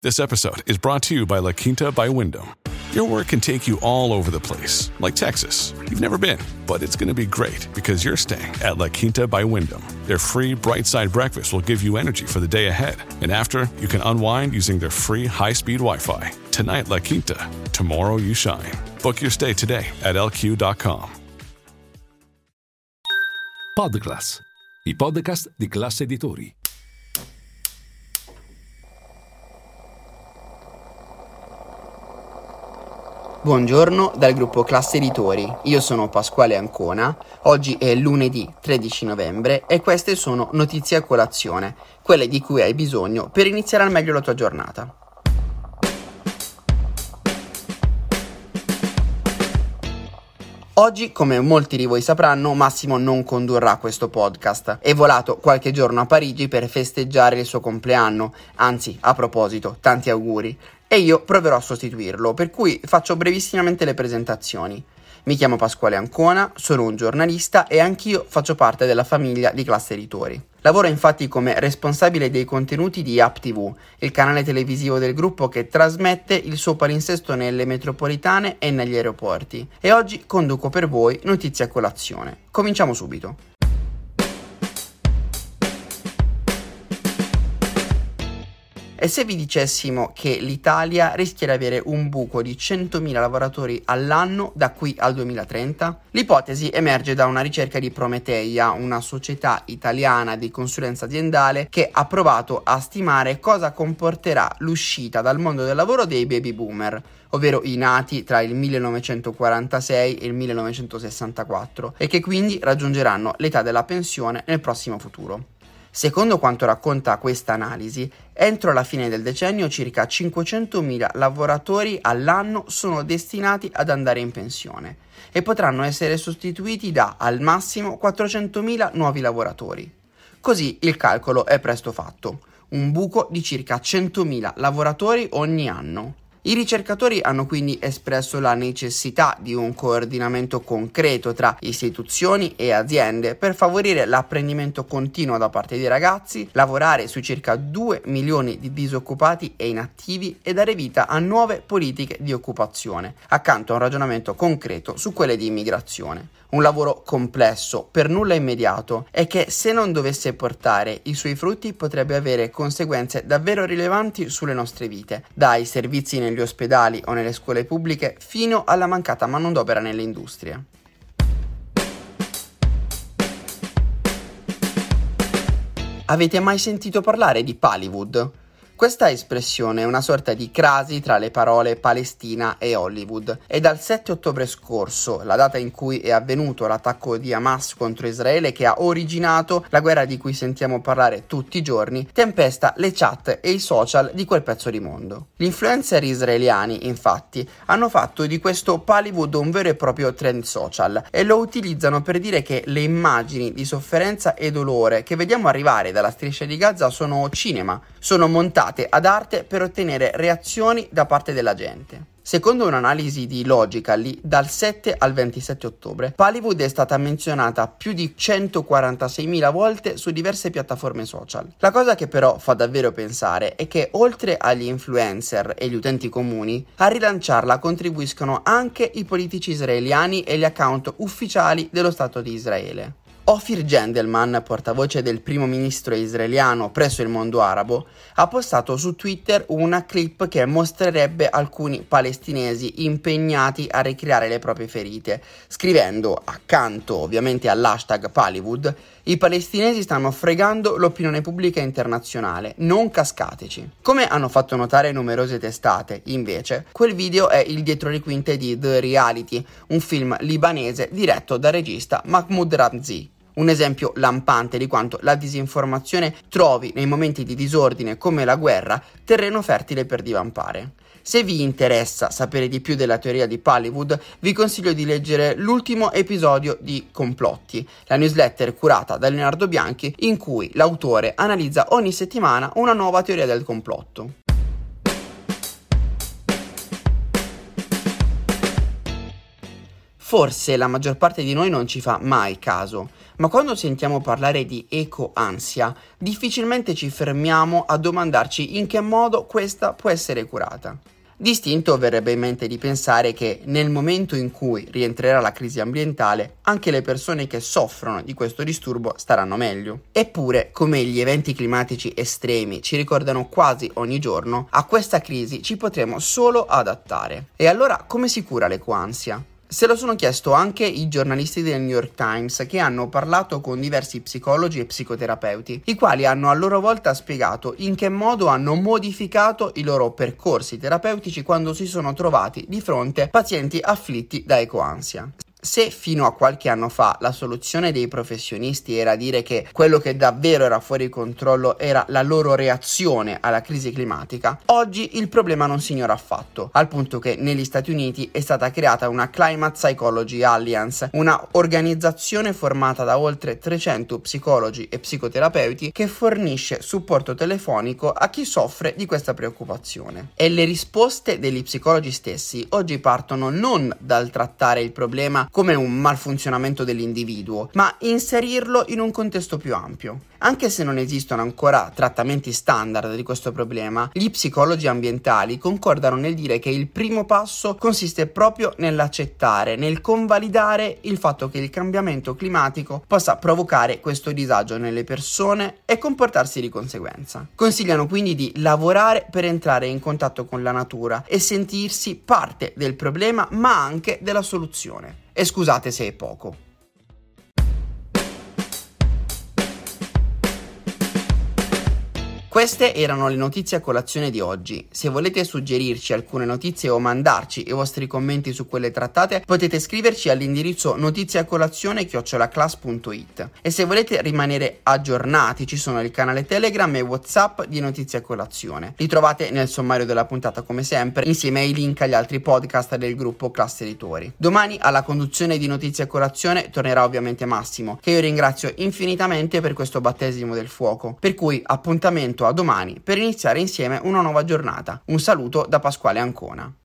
This episode is brought to you by La Quinta by Wyndham. Your work can take you all over the place, like Texas. You've never been, but it's going to be great because you're staying at La Quinta by Wyndham. Their free Bright Side breakfast will give you energy for the day ahead. And after, you can unwind using their free high-speed Wi-Fi. Tonight, La Quinta. Tomorrow, you shine. Book your stay today at lq.com. Podclass, i podcast di Classe Editori. Buongiorno dal gruppo Classe Editori, io sono Pasquale Ancona, oggi è lunedì 13 novembre e queste sono notizie a colazione, quelle di cui hai bisogno per iniziare al meglio la tua giornata. Oggi, come molti di voi sapranno, Massimo non condurrà questo podcast. È volato qualche giorno a Parigi per festeggiare il suo compleanno, anzi, a proposito, tanti auguri. E io proverò a sostituirlo, per cui faccio brevissimamente le presentazioni. Mi chiamo Pasquale Ancona, sono un giornalista e anch'io faccio parte della famiglia di Classe Editori. Lavoro infatti come responsabile dei contenuti di App TV, il canale televisivo del gruppo che trasmette il suo palinsesto nelle metropolitane e negli aeroporti. E oggi conduco per voi notizie a colazione. Cominciamo subito. E se vi dicessimo che l'Italia rischia di avere un buco di 100.000 lavoratori all'anno da qui al 2030? L'ipotesi emerge da una ricerca di Prometeia, una società italiana di consulenza aziendale che ha provato a stimare cosa comporterà l'uscita dal mondo del lavoro dei baby boomer, ovvero i nati tra il 1946 e il 1964, e che quindi raggiungeranno l'età della pensione nel prossimo futuro. Secondo quanto racconta questa analisi, entro la fine del decennio circa 500.000 lavoratori all'anno sono destinati ad andare in pensione e potranno essere sostituiti da al massimo 400.000 nuovi lavoratori. Così il calcolo è presto fatto, un buco di circa 100.000 lavoratori ogni anno. I ricercatori hanno quindi espresso la necessità di un coordinamento concreto tra istituzioni e aziende per favorire l'apprendimento continuo da parte dei ragazzi, lavorare sui circa 2 milioni di disoccupati e inattivi e dare vita a nuove politiche di occupazione, accanto a un ragionamento concreto su quelle di immigrazione. Un lavoro complesso, per nulla immediato, e che se non dovesse portare i suoi frutti potrebbe avere conseguenze davvero rilevanti sulle nostre vite, dai servizi negli ospedali o nelle scuole pubbliche fino alla mancata manodopera nelle industrie. Avete mai sentito parlare di Pallywood? Questa espressione è una sorta di crasi tra le parole Palestina e Hollywood e dal 7 ottobre scorso, la data in cui è avvenuto l'attacco di Hamas contro Israele che ha originato la guerra di cui sentiamo parlare tutti i giorni, tempesta le chat e i social di quel pezzo di mondo. Gli influencer israeliani, infatti, hanno fatto di questo Pallywood un vero e proprio trend social e lo utilizzano per dire che le immagini di sofferenza e dolore che vediamo arrivare dalla striscia di Gaza sono cinema, sono montate ad arte per ottenere reazioni da parte della gente. Secondo un'analisi di Logically, dal 7 al 27 ottobre, Pallywood è stata menzionata più di 146.000 volte su diverse piattaforme social. La cosa che però fa davvero pensare è che oltre agli influencer e gli utenti comuni, a rilanciarla contribuiscono anche i politici israeliani e gli account ufficiali dello Stato di Israele. Ofir Gendelman, portavoce del primo ministro israeliano presso il mondo arabo, ha postato su Twitter una clip che mostrerebbe alcuni palestinesi impegnati a ricreare le proprie ferite, scrivendo, accanto ovviamente all'hashtag Pallywood, i palestinesi stanno fregando l'opinione pubblica internazionale, non cascateci. Come hanno fatto notare numerose testate, invece, quel video è il dietro le quinte di The Reality, un film libanese diretto dal regista Mahmoud Ramzi. Un esempio lampante di quanto la disinformazione trovi nei momenti di disordine come la guerra terreno fertile per divampare. Se vi interessa sapere di più della teoria di Pallywood, vi consiglio di leggere l'ultimo episodio di Complotti, la newsletter curata da Leonardo Bianchi, in cui l'autore analizza ogni settimana una nuova teoria del complotto. Forse la maggior parte di noi non ci fa mai caso, Ma quando sentiamo parlare di ecoansia, difficilmente ci fermiamo a domandarci in che modo questa può essere curata. Distinto verrebbe in mente di pensare che nel momento in cui rientrerà la crisi ambientale, anche le persone che soffrono di questo disturbo staranno meglio. Eppure, come gli eventi climatici estremi ci ricordano quasi ogni giorno, a questa crisi ci potremo solo adattare. E allora come si cura l'ecoansia? Se lo sono chiesto anche i giornalisti del New York Times, che hanno parlato con diversi psicologi e psicoterapeuti, i quali hanno a loro volta spiegato in che modo hanno modificato i loro percorsi terapeutici quando si sono trovati di fronte a pazienti afflitti da ecoansia. Se fino a qualche anno fa la soluzione dei professionisti era dire che quello che davvero era fuori controllo era la loro reazione alla crisi climatica, oggi il problema non si ignora affatto, al punto che negli Stati Uniti è stata creata una Climate Psychology Alliance, una organizzazione formata da oltre 300 psicologi e psicoterapeuti che fornisce supporto telefonico a chi soffre di questa preoccupazione. E le risposte degli psicologi stessi oggi partono non dal trattare il problema come un malfunzionamento dell'individuo, ma inserirlo in un contesto più ampio. Anche se non esistono ancora trattamenti standard di questo problema, gli psicologi ambientali concordano nel dire che il primo passo consiste proprio nell'accettare, nel convalidare il fatto che il cambiamento climatico possa provocare questo disagio nelle persone e comportarsi di conseguenza. Consigliano quindi di lavorare per entrare in contatto con la natura e sentirsi parte del problema, ma anche della soluzione. E scusate se è poco. Queste erano le notizie a colazione di oggi. Se volete suggerirci alcune notizie o mandarci i vostri commenti su quelle trattate, potete scriverci all'indirizzo notiziacolazione@class.it. E se volete rimanere aggiornati, ci sono il canale Telegram e WhatsApp di Notizie a Colazione. Li trovate nel sommario della puntata come sempre, insieme ai link agli altri podcast del gruppo Class Editori. Domani alla conduzione di Notizie a Colazione tornerà ovviamente Massimo, che io ringrazio infinitamente per questo battesimo del fuoco. Per cui appuntamento a domani per iniziare insieme una nuova giornata. Un saluto da Pasquale Ancona.